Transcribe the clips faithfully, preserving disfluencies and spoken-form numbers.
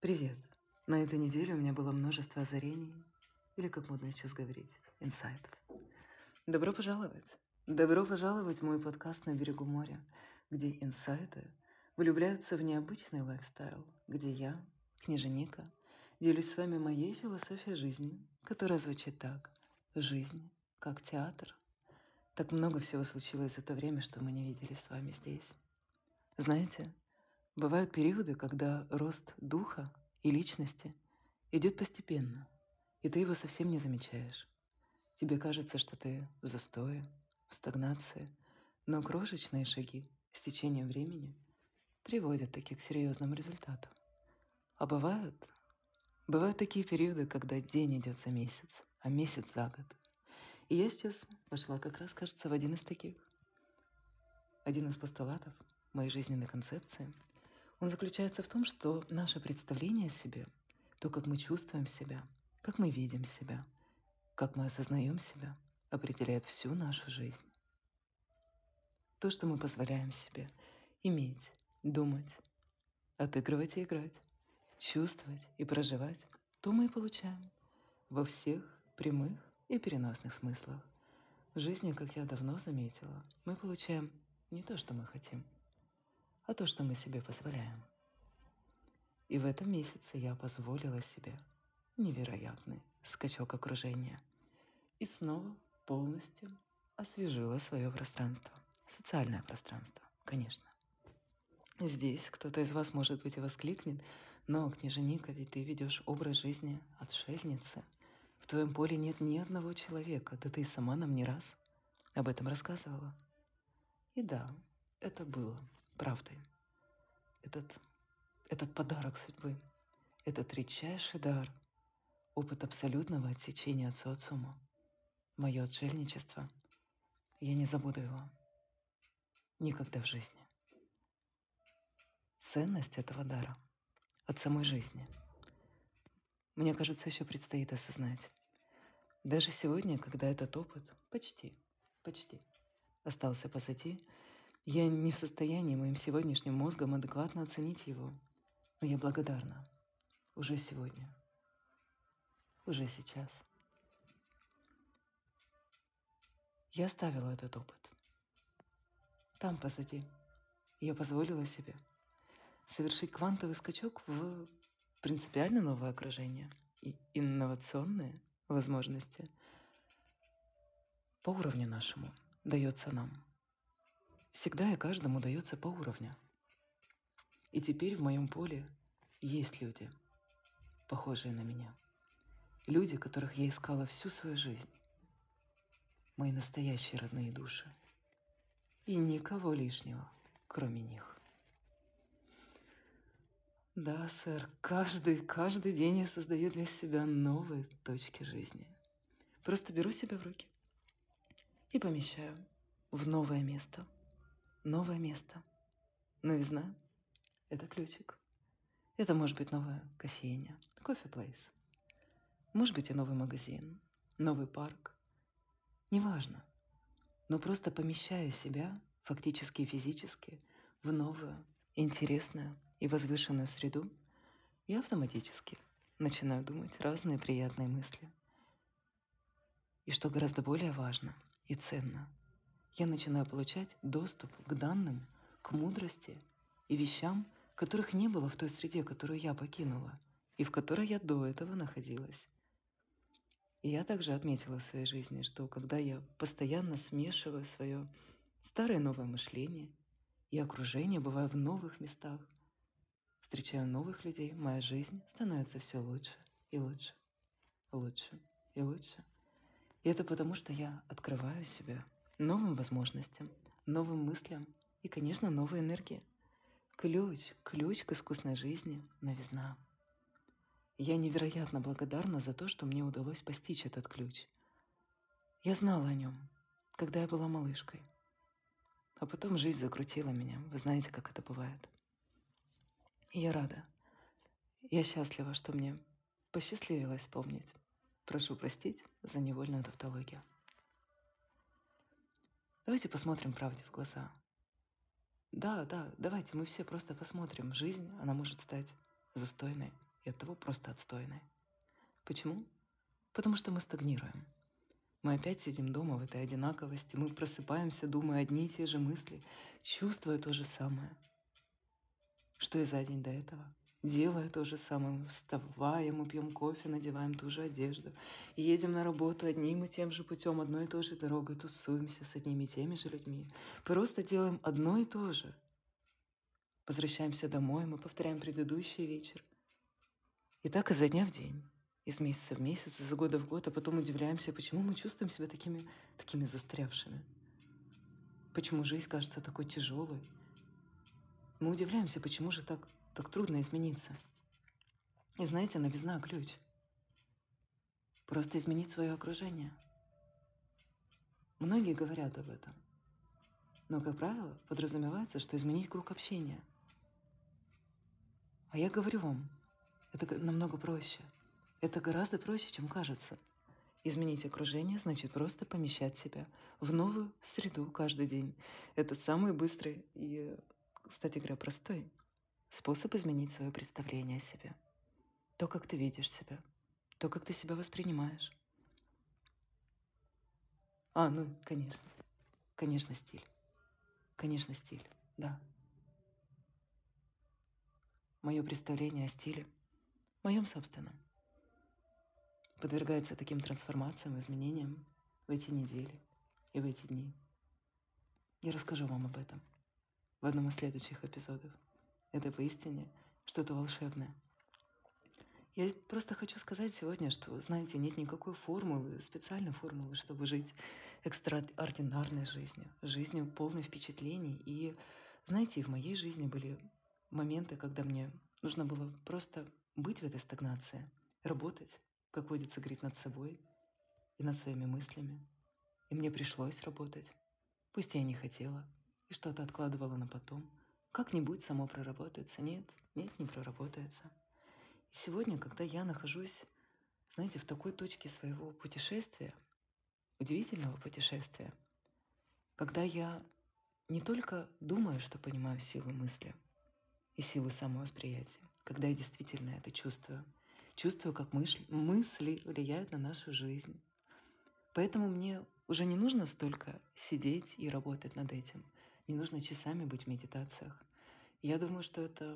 Привет! На этой неделе у меня было множество озарений, или, как модно сейчас говорить, инсайтов. Добро пожаловать! Добро пожаловать в мой подкаст «На берегу моря», где инсайты влюбляются в необычный лайфстайл, где я, княжа Ника, делюсь с вами моей философией жизни, которая звучит так: жизнь как театр. Так много всего случилось за то время, что мы не виделись с вами здесь. Знаете, бывают периоды, когда рост духа и личности идет постепенно, и ты его совсем не замечаешь. Тебе кажется, что ты в застое, в стагнации, но крошечные шаги с течением времени приводят таки к серьезным результатам. А бывают, бывают такие периоды, когда день идет за месяц, а месяц за год. И я сейчас вошла как раз, кажется, в один из таких. Один из постулатов моей жизненной концепции, он заключается в том, что наше представление о себе, то, как мы чувствуем себя, как мы видим себя, как мы осознаем себя, определяет всю нашу жизнь. То, что мы позволяем себе иметь, думать, отыгрывать и играть, чувствовать и проживать, то мы и получаем во всех прямых и переносных смыслах. В жизни, как я давно заметила, мы получаем не то, что мы хотим, а то, что мы себе позволяем. И в этом месяце я позволила себе невероятный скачок окружения и снова полностью освежила свое пространство, социальное пространство, конечно. Здесь кто-то из вас, может быть, и воскликнет: но, княжа Ника, ведь ты ведешь образ жизни отшельницы. В твоем поле нет ни одного человека, да ты и сама нам не раз об этом рассказывала. И да, это было правдой. Этот, этот подарок судьбы, этот редчайший дар, опыт абсолютного отсечения от социума, мое отшельничество, я не забуду его никогда в жизни. Ценность этого дара от самой жизни, мне кажется, еще предстоит осознать. Даже сегодня, когда этот опыт почти, почти остался позади, я не в состоянии моим сегодняшним мозгом адекватно оценить его. Но я благодарна уже сегодня, уже сейчас. Я оставила этот опыт там позади. Я позволила себе совершить квантовый скачок в принципиально новое окружение и инновационные возможности по уровню нашему дается нам. Всегда и каждому дается по уровню. И теперь в моем поле есть люди, похожие на меня. Люди, которых я искала всю свою жизнь. Мои настоящие родные души. И никого лишнего, кроме них. Да, сэр, каждый, каждый день я создаю для себя новые точки жизни. Просто беру себя в руки и помещаю в новое место. Новое место. Новизна — это ключик. Это может быть новая кофейня, кофе-плейс. Может быть и новый магазин, новый парк. Неважно. Но просто помещая себя фактически и физически в новую, интересную и возвышенную среду, я автоматически начинаю думать разные приятные мысли. И что гораздо более важно и ценно, я начинаю получать доступ к данным, к мудрости и вещам, которых не было в той среде, которую я покинула и в которой я до этого находилась. И я также отметила в своей жизни, что когда я постоянно смешиваю свое старое и новое мышление и окружение, бываю в новых местах, встречаю новых людей, моя жизнь становится все лучше и лучше, лучше и лучше. И это потому, что я открываю себя новым возможностям, новым мыслям и, конечно, новой энергии. Ключ, ключ к искусной жизни — новизна. Я невероятно благодарна за то, что мне удалось постичь этот ключ. Я знала о нем, когда я была малышкой. А потом жизнь закрутила меня. Вы знаете, как это бывает. И я рада. Я счастлива, что мне посчастливилось вспомнить. Прошу простить за невольную тавтологию. Давайте посмотрим правде в глаза. Да, да, давайте мы все просто посмотрим. Жизнь, она может стать застойной и оттого просто отстойной. Почему? Потому что мы стагнируем. Мы опять сидим дома в этой одинаковости, мы просыпаемся, думая одни и те же мысли, чувствуя то же самое, что и за день до этого. Делая то же самое, мы вставаем, мы пьем кофе, надеваем ту же одежду, и едем на работу одним и тем же путем, одной и той же дорогой, тусуемся с одними и теми же людьми. Просто делаем одно и то же. Возвращаемся домой, мы повторяем предыдущий вечер. И так изо дня в день, из месяца в месяц, из года в год, а потом удивляемся, почему мы чувствуем себя такими, такими застрявшими. Почему жизнь кажется такой тяжелой. Мы удивляемся, почему же так, так трудно измениться. И знаете, новизна — ключ. Просто изменить свое окружение. Многие говорят об этом. Но, как правило, подразумевается, что изменить круг общения. А я говорю вам, это намного проще. Это гораздо проще, чем кажется. Изменить окружение значит просто помещать себя в новую среду каждый день. Это самый быстрый и, кстати говоря, простой способ изменить свое представление о себе. То, как ты видишь себя, то, как ты себя воспринимаешь. А, ну, конечно. Конечно, стиль. Конечно, стиль, да. Мое представление о стиле, моем собственном, подвергается таким трансформациям, изменениям в эти недели и в эти дни. Я расскажу вам об этом в одном из следующих эпизодов. Это поистине что-то волшебное. Я просто хочу сказать сегодня, что, знаете, нет никакой формулы, специальной формулы, чтобы жить экстраординарной жизнью, жизнью полной впечатлений. И, знаете, в моей жизни были моменты, когда мне нужно было просто быть в этой стагнации, работать, как водится, говорить, над собой и над своими мыслями. И мне пришлось работать. Пусть я и не хотела, и что-то откладывала на потом. Как-нибудь само проработается. Нет, нет, не проработается. И сегодня, когда я нахожусь, знаете, в такой точке своего путешествия, удивительного путешествия, когда я не только думаю, что понимаю силу мысли и силу самовосприятия, когда я действительно это чувствую, чувствую, как мысли, мысли влияют на нашу жизнь. Поэтому мне уже не нужно столько сидеть и работать над этим, не нужно часами быть в медитациях. Я думаю, что это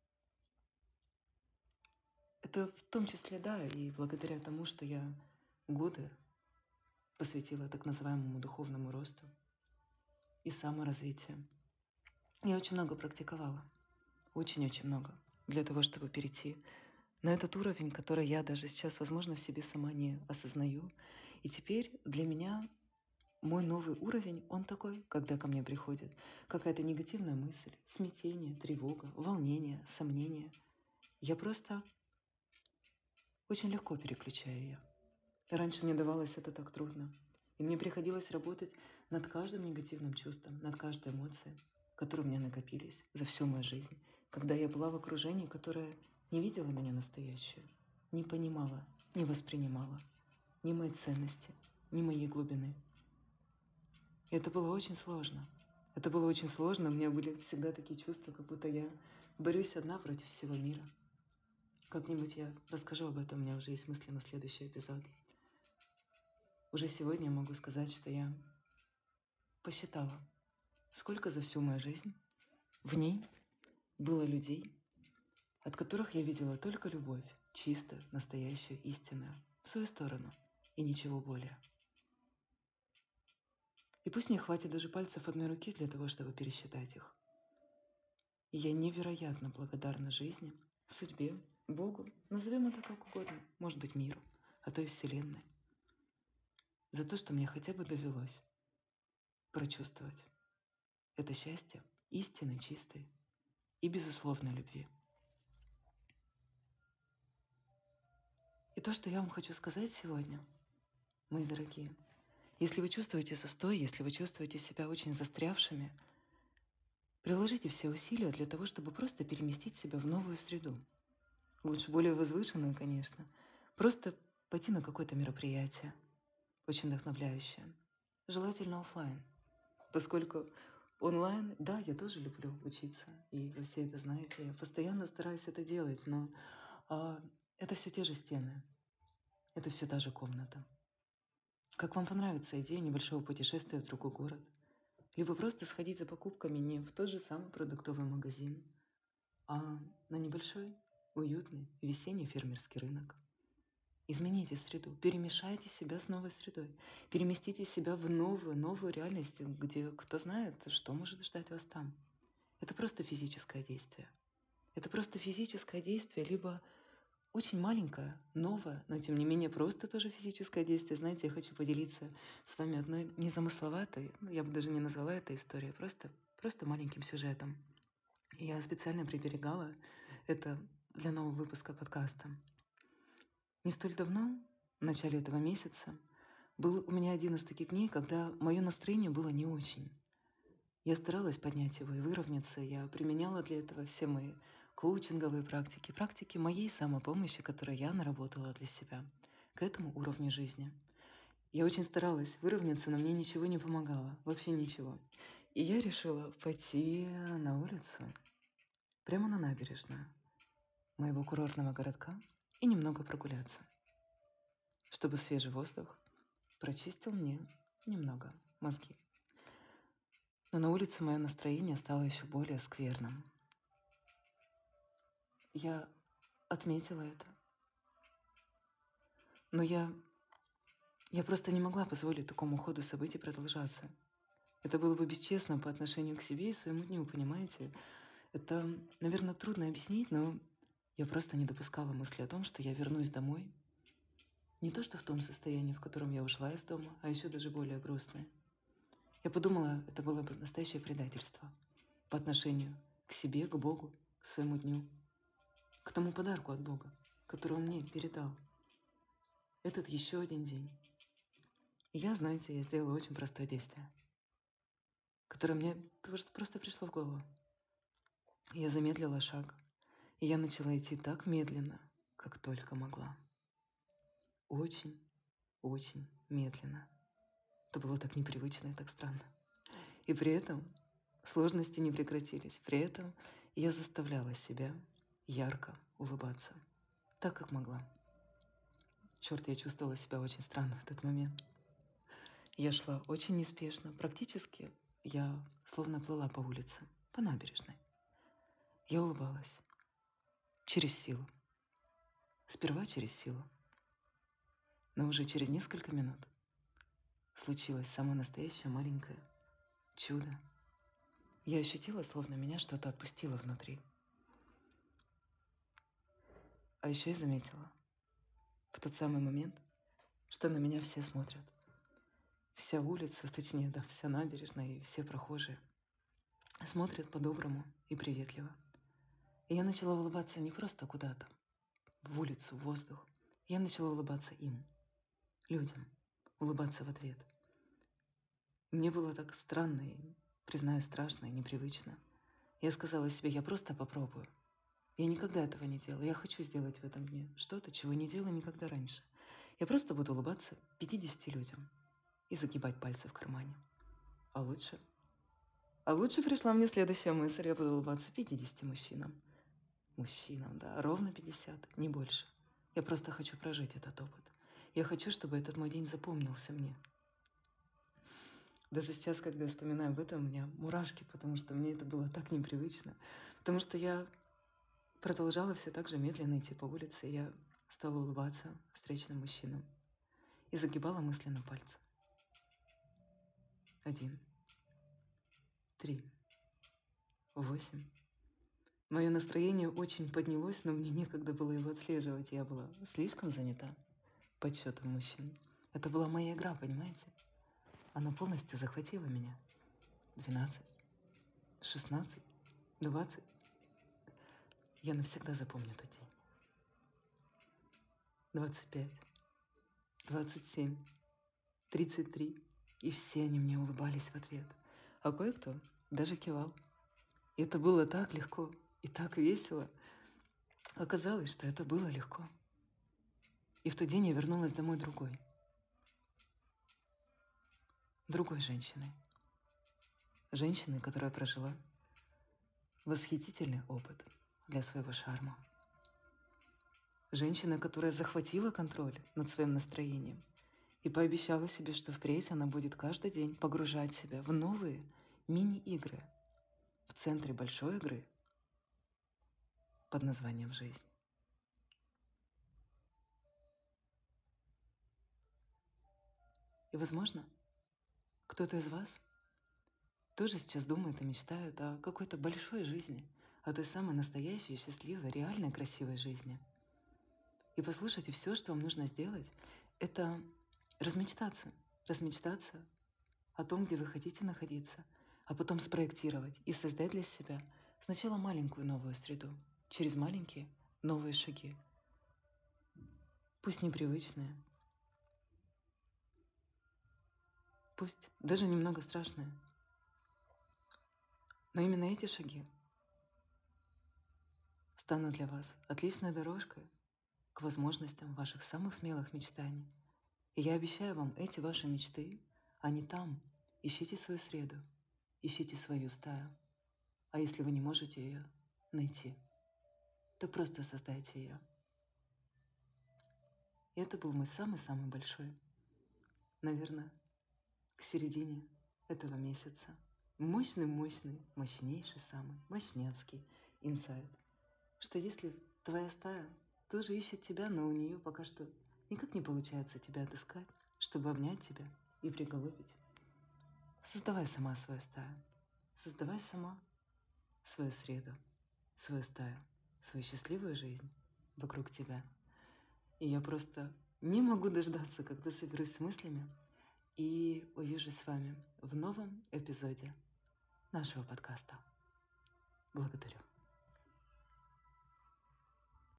Это в том числе, да, и благодаря тому, что я годы посвятила так называемому духовному росту и саморазвитию. Я очень много практиковала, очень-очень много, для того, чтобы перейти на этот уровень, который я даже сейчас, возможно, в себе сама не осознаю. И теперь для меня мой новый уровень, он такой, когда ко мне приходит какая-то негативная мысль, смятение, тревога, волнение, сомнение. Я просто очень легко переключаю ее. Раньше мне давалось это так трудно. И мне приходилось работать над каждым негативным чувством, над каждой эмоцией, которые у меня накопились за всю мою жизнь, когда я была в окружении, которое не видело меня настоящую, не понимала, не воспринимала ни мои ценности, ни моей глубины. И это было очень сложно. Это было очень сложно. У меня были всегда такие чувства, как будто я борюсь одна против всего мира. Как-нибудь я расскажу об этом, у меня уже есть мысли на следующий эпизод. Уже сегодня я могу сказать, что я посчитала, сколько за всю мою жизнь в ней было людей, от которых я видела только любовь, чистую, настоящую, истинную, в свою сторону, и ничего более. И пусть мне хватит даже пальцев одной руки для того, чтобы пересчитать их. И я невероятно благодарна жизни, судьбе, Богу, назовем это как угодно, может быть, миру, а то и Вселенной, за то, что мне хотя бы довелось прочувствовать это счастье истинной, чистой и безусловной любви. И то, что я вам хочу сказать сегодня, мои дорогие, если вы чувствуете застой, если вы чувствуете себя очень застрявшими, приложите все усилия для того, чтобы просто переместить себя в новую среду. Лучше более возвышенную, конечно. Просто пойти на какое-то мероприятие, очень вдохновляющее. Желательно офлайн, поскольку онлайн, да, я тоже люблю учиться, и вы все это знаете, я постоянно стараюсь это делать, но А это все те же стены, это все та же комната. Как вам понравится идея небольшого путешествия в другой город? Либо просто сходить за покупками не в тот же самый продуктовый магазин, а на небольшой, уютный весенний фермерский рынок. Измените среду, перемешайте себя с новой средой, переместите себя в новую, новую реальность, где кто знает, что может ждать вас там. Это просто физическое действие. Это просто физическое действие, либо очень маленькое, новое, но тем не менее просто тоже физическое действие. Знаете, я хочу поделиться с вами одной незамысловатой, ну, я бы даже не назвала это историей, просто, просто маленьким сюжетом. Я специально приберегала это для нового выпуска подкаста. Не столь давно, в начале этого месяца, был у меня один из таких дней, когда мое настроение было не очень. Я старалась поднять его и выровняться. Я применяла для этого все мои коучинговые практики, практики моей самопомощи, которые я наработала для себя к этому уровню жизни. Я очень старалась выровняться, но мне ничего не помогало, вообще ничего. И я решила пойти на улицу, прямо на набережную моего курортного городка и немного прогуляться, чтобы свежий воздух прочистил мне немного мозги. Но на улице мое настроение стало еще более скверным. Я отметила это. Но я, я просто не могла позволить такому ходу событий продолжаться. Это было бы бесчестно по отношению к себе и своему дню, понимаете? Это, наверное, трудно объяснить, но я просто не допускала мысли о том, что я вернусь домой. Не то, что в том состоянии, в котором я ушла из дома, а еще даже более грустное. Я подумала, это было бы настоящее предательство по отношению к себе, к Богу, к своему дню, к тому подарку от Бога, который Он мне передал. Этот еще один день. И я, знаете, я сделала очень простое действие, которое мне просто пришло в голову. Я замедлила шаг, и я начала идти так медленно, как только могла. Очень, очень медленно. Это было так непривычно и так странно. И при этом сложности не прекратились. При этом я заставляла себя ярко улыбаться, так как могла. Черт, я чувствовала себя очень странно в этот момент. Я шла очень неспешно, практически я словно плыла по улице, по набережной. Я улыбалась через силу. Сперва через силу. Но уже через несколько минут случилось самое настоящее маленькое чудо. Я ощутила, словно меня что-то отпустило внутри. А еще я заметила в тот самый момент, что на меня все смотрят. Вся улица, точнее, да, вся набережная и все прохожие смотрят по-доброму и приветливо. И я начала улыбаться не просто куда-то, в улицу, в воздух. Я начала улыбаться им, людям, улыбаться в ответ. Мне было так странно и, признаю, страшно и непривычно. Я сказала себе, я просто попробую. Я никогда этого не делала. Я хочу сделать в этом дне что-то, чего не делала никогда раньше. Я просто буду улыбаться пятидесяти людям и загибать пальцы в кармане. А лучше? А лучше пришла мне следующая мысль. Я буду улыбаться пятидесяти мужчинам. Мужчинам, да, ровно пятьдесят, не больше. Я просто хочу прожить этот опыт. Я хочу, чтобы этот мой день запомнился мне. Даже сейчас, когда я вспоминаю об этом, у меня мурашки, потому что мне это было так непривычно. Потому что я продолжала все так же медленно идти по улице, и я стала улыбаться встречным мужчинам и загибала мысленно пальцы. Один. Три. Восемь. Мое настроение очень поднялось, но мне некогда было его отслеживать. Я была слишком занята подсчетом мужчин. Это была моя игра, понимаете? Она полностью захватила меня. Двенадцать. Шестнадцать. Двадцать. Я навсегда запомню тот день. Двадцать пять. Двадцать семь. Тридцать три. И все они мне улыбались в ответ. А кое-кто даже кивал. И это было так легко и так весело. Оказалось, что это было легко. И в тот день я вернулась домой другой. Другой женщиной. Женщиной, которая прожила восхитительный опыт для своего шарма. Женщина, которая захватила контроль над своим настроением и пообещала себе, что впредь она будет каждый день погружать себя в новые мини-игры в центре большой игры под названием «Жизнь». И, возможно, кто-то из вас тоже сейчас думает и мечтает о какой-то большой жизни, о той самой настоящей, счастливой, реальной, красивой жизни. И послушайте, все, что вам нужно сделать, это размечтаться, размечтаться о том, где вы хотите находиться, а потом спроектировать и создать для себя сначала маленькую новую среду, через маленькие новые шаги. Пусть непривычные, пусть даже немного страшные, но именно эти шаги станут для вас отличной дорожкой к возможностям ваших самых смелых мечтаний. И я обещаю вам, эти ваши мечты, они там. Ищите свою среду, ищите свою стаю. А если вы не можете ее найти, то просто создайте ее. И это был мой самый-самый большой, наверное, к середине этого месяца. Мощный-мощный, мощнейший самый, мощнецкий инсайт. Что если твоя стая тоже ищет тебя, но у нее пока что никак не получается тебя отыскать, чтобы обнять тебя и приголубить, создавай сама свою стаю. Создавай сама свою среду, свою стаю, свою счастливую жизнь вокруг тебя. И я просто не могу дождаться, когда соберусь с мыслями и увижусь с вами в новом эпизоде нашего подкаста. Благодарю.